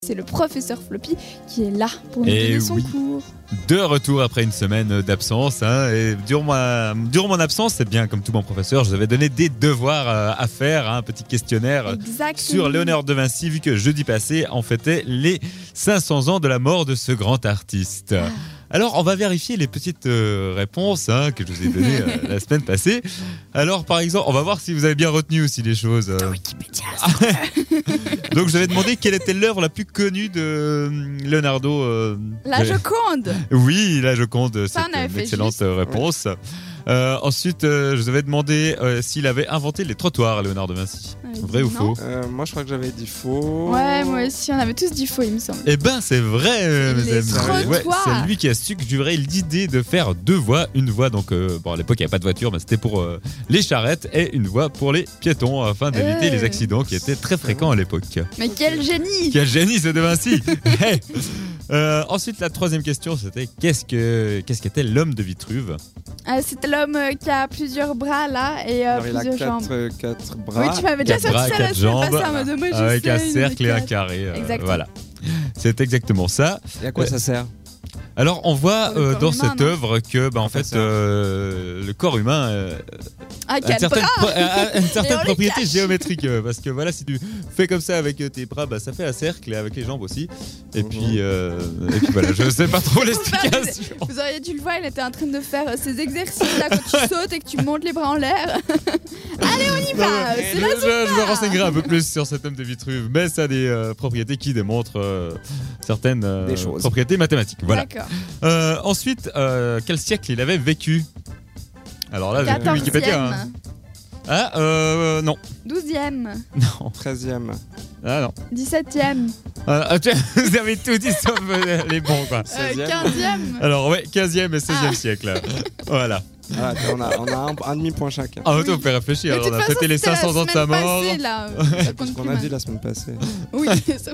C'est le professeur Floppy qui est là pour nous donner son cours. De retour après une semaine d'absence. Et durant mon absence, c'est bien comme tout bon professeur, je vous avais donné des devoirs à faire, un petit questionnaire sur Léonard de Vinci, vu que jeudi passé, on fêtait les 500 ans de la mort de ce grand artiste. Alors, on va vérifier les petites réponses que je vous ai données la semaine passée. Alors, par exemple, on va voir si vous avez bien retenu aussi les choses. Wikipédia. Donc, je vous avais demandé quelle était l'œuvre la plus connue de Leonardo. La Joconde. Oui, la Joconde, c'est une excellente juste. réponse. Ensuite, je vous avais demandé s'il avait inventé les trottoirs, Léonard de Vinci. Vrai ou faux? Moi, je crois que j'avais dit faux. Ouais, moi aussi, on avait tous dit faux, il me semble. Eh ben, c'est vrai, mes amis. Ouais, trottoirs. c'est lui qui a suggéré l'idée de faire deux voies. Une voie, donc, bon, à l'époque, il n'y avait pas de voiture, mais c'était pour les charrettes, et une voie pour les piétons, afin d'éviter les accidents qui étaient très fréquents à l'époque. Mais quel génie! Quel génie, ce de Vinci! Hey. Ensuite, la troisième question, c'était qu'est-ce qu'était l'homme de Vitruve? C'était l'homme qui a plusieurs bras là et Alors, il a plusieurs jambes. quatre bras. Oui, tu m'avais déjà sorti ça la quatre semaine jambes, passée en mode moi je avec sais, un une cercle et un quatre. carré. Exactement. Voilà. C'est exactement ça. Et à quoi ça sert? Alors, on voit Pour le corps dans humain, cette non œuvre que, en fait, ça. le corps humain Ah, a quel bras! une certaine Et on les propriété cache. géométrique. Parce que voilà, si tu fais comme ça avec tes bras, ça fait un cercle et avec les jambes aussi. Et puis voilà, je sais pas trop l'explication. Vous auriez dû le voir, il était en train de faire ces exercices là quand tu sautes et que tu montes les bras en l'air. Allez, on y va! C'est la Je me renseignerai un peu plus sur cet homme de Vitruve, mais ça a des propriétés qui démontrent certaines Des choses. propriétés mathématiques. Voilà. D'accord. Ensuite, quel siècle il avait vécu? Alors là, j'ai plus 14e, Wikipédia. Non. 12e, Non. 13e. Ah non. 17e, Vous avez tout dit sauf les bons, quoi. 16e. 15e. Alors, ouais, 15e et 16e siècle. Voilà. Ah, on a un demi-point chacun. Ah, toi, on peut réfléchir. Mais de Alors, on a toute fêté les façon, c'était 500 ans de sa la semaine mort. passée, là. Ça compte Ce qu'on plus a dit mal. la semaine passée. Oui, c'est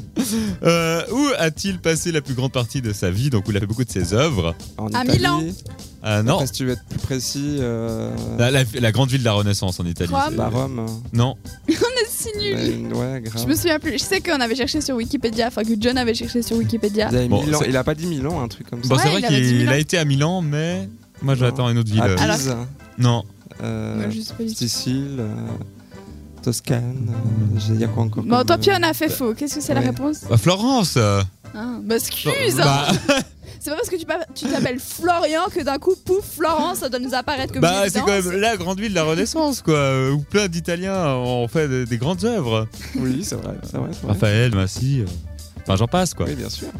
Où a-t-il passé la plus grande partie de sa vie? Donc, où il a fait beaucoup de ses œuvres. En À Italie. Milan. Non. Après, si tu veux être plus précis. La grande ville de la Renaissance en Italie. Rome. Bah, Rome. Non. on est si nuls. Ouais, grave. Je me souviens plus. Je sais qu'on avait cherché sur Wikipédia, enfin que John avait cherché sur Wikipédia. Il, Bon, Milan. c'est- Il a pas dit Milan, un truc comme ça. Bon, c'est Ouais, vrai il avait dit qu'il Milan. a été à Milan, mais moi, j'attends une autre ville. À Pise, Non. Moi, je sais pas du tout. Sicile, Toscane. Il y a quoi encore Bon, comme, tant pis, on a fait faux. Qu'est-ce que c'est la ouais. réponse? Florence. Bah, excuse Bah, C'est pas parce que tu t'appelles Florian que d'un coup, pouf, Florence, ça doit nous apparaître comme bah une c'est quand évidence. même la grande ville de la Renaissance, quoi. Où plein d'Italiens ont fait des grandes œuvres. Oui, c'est vrai. C'est vrai. Raphaël, Massy. Enfin, j'en passe, quoi. Oui, bien sûr.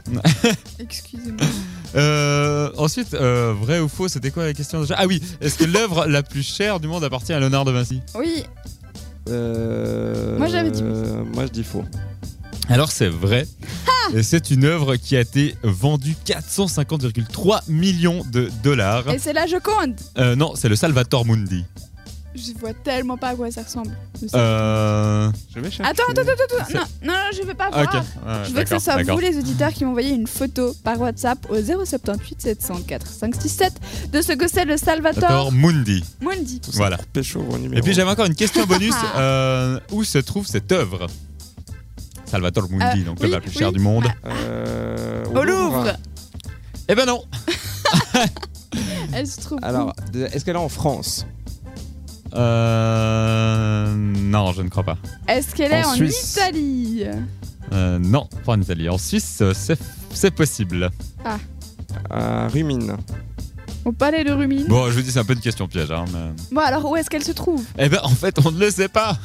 Excusez-moi. Ensuite, vrai ou faux, c'était quoi la question déjà? Ah oui, est-ce que l'œuvre la plus chère du monde appartient à Léonard de Vinci? Oui, Moi, j'avais dit oui. Moi, je dis faux. Alors c'est vrai. Et c'est une œuvre qui a été vendue 450,3 millions de dollars. et c'est la Joconde. Non, c'est le Salvator Mundi. Je vois tellement pas à quoi ça ressemble. Je vais chercher. Attends. Non, je vais pas voir. Ok. Je veux que ce soit vous les auditeurs qui m'envoyez une photo par WhatsApp au 078 704 567 de ce que c'est le Salvator Salvator Mundi. Mundi. Voilà. Pécho au numéro. Et puis j'avais encore une question bonus. Où se trouve cette œuvre? Salvator Mundi, donc oui, la plus chère oui. du monde. Au Louvre. Eh ben non. Elle se trouve. Alors, est-ce qu'elle est en France? Non, je ne crois pas. Est-ce qu'elle est En en Suisse. Italie? Non, pas en Italie. En Suisse, c'est possible. Rumine. Au palais de Rumine. Bon, je vous dis, c'est un peu une question piège. Hein, mais... Bon, alors où est-ce qu'elle se trouve? Eh ben, en fait, on ne le sait pas.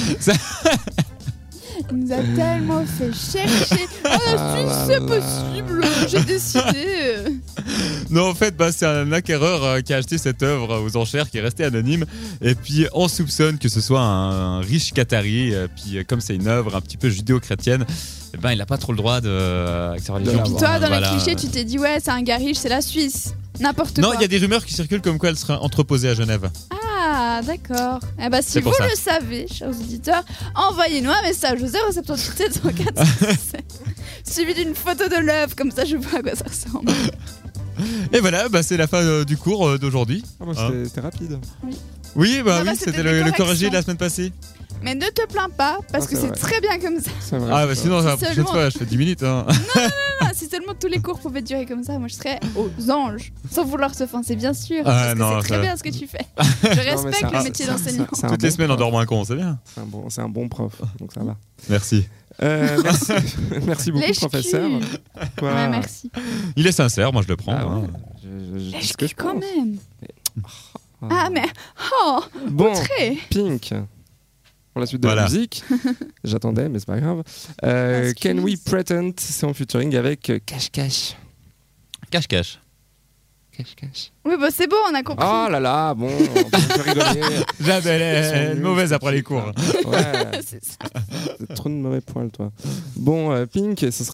Il nous a tellement fait chercher. C'est possible, j'ai décidé. Non, en fait, c'est un acquéreur qui a acheté cette œuvre aux enchères qui est resté anonyme. Et puis, on soupçonne que ce soit un riche Qatari. Puis, comme c'est une œuvre un petit peu judéo-chrétienne, eh ben, il n'a pas trop le droit de sa religion. Et puis toi, dans Voilà. le cliché, tu t'es dit, ouais, c'est un gars riche, c'est la Suisse. N'importe quoi. Non, il y a des rumeurs qui circulent comme quoi elle serait entreposée à Genève. Ah, d'accord. Eh ben, si C'est vous pour ça. le savez, chers auditeurs, envoyez-nous un message au 078 704 567 suivi d'une photo de l'œuvre, comme ça je vois à quoi ça ressemble. Et voilà, c'est la fin du cours d'aujourd'hui. Ah, bah, c'était rapide. Oui, Ah, oui, c'était c'était des le corrections. corrigé de la semaine passée. Mais ne te plains pas, parce que c'est très bien comme ça. C'est vrai, Ah, bah sinon, la prochaine seulement- fois, je fais 10 minutes. Hein. Ah, si seulement tous les cours pouvaient durer comme ça, moi je serais aux anges. Sans vouloir se offenser, bien sûr. Ah, parce que non, c'est très ça- bien ce que tu fais. Je respecte le métier d'enseignant. c'est un Toutes les bon semaines, on prof. dort moins con, c'est bien. C'est un bon prof, donc ça va. Merci. Merci, merci beaucoup, Lèche-cul. professeur. Quoi Ouais, merci. Il est sincère, moi je le prends. Ah ouais. hein. Je dis ce que je Quand pense. même. Ah, mais. Oh, Bon, très. Pink. Pour la suite de Voilà. la musique. J'attendais, mais c'est pas grave. Excuse. Can We Pretend, c'est en featuring avec Cash Cash. Cache-cache. Cash Cash. Oui, bah c'est bon, on a compris. Oh là là, bon, on peut rigoler. J'avais Ils sont les nuls, mauvaise ces après les trucs, cours. là. Ouais, C'est ça. t'as trop de mauvais poils, toi. Bon, Pink, ce sera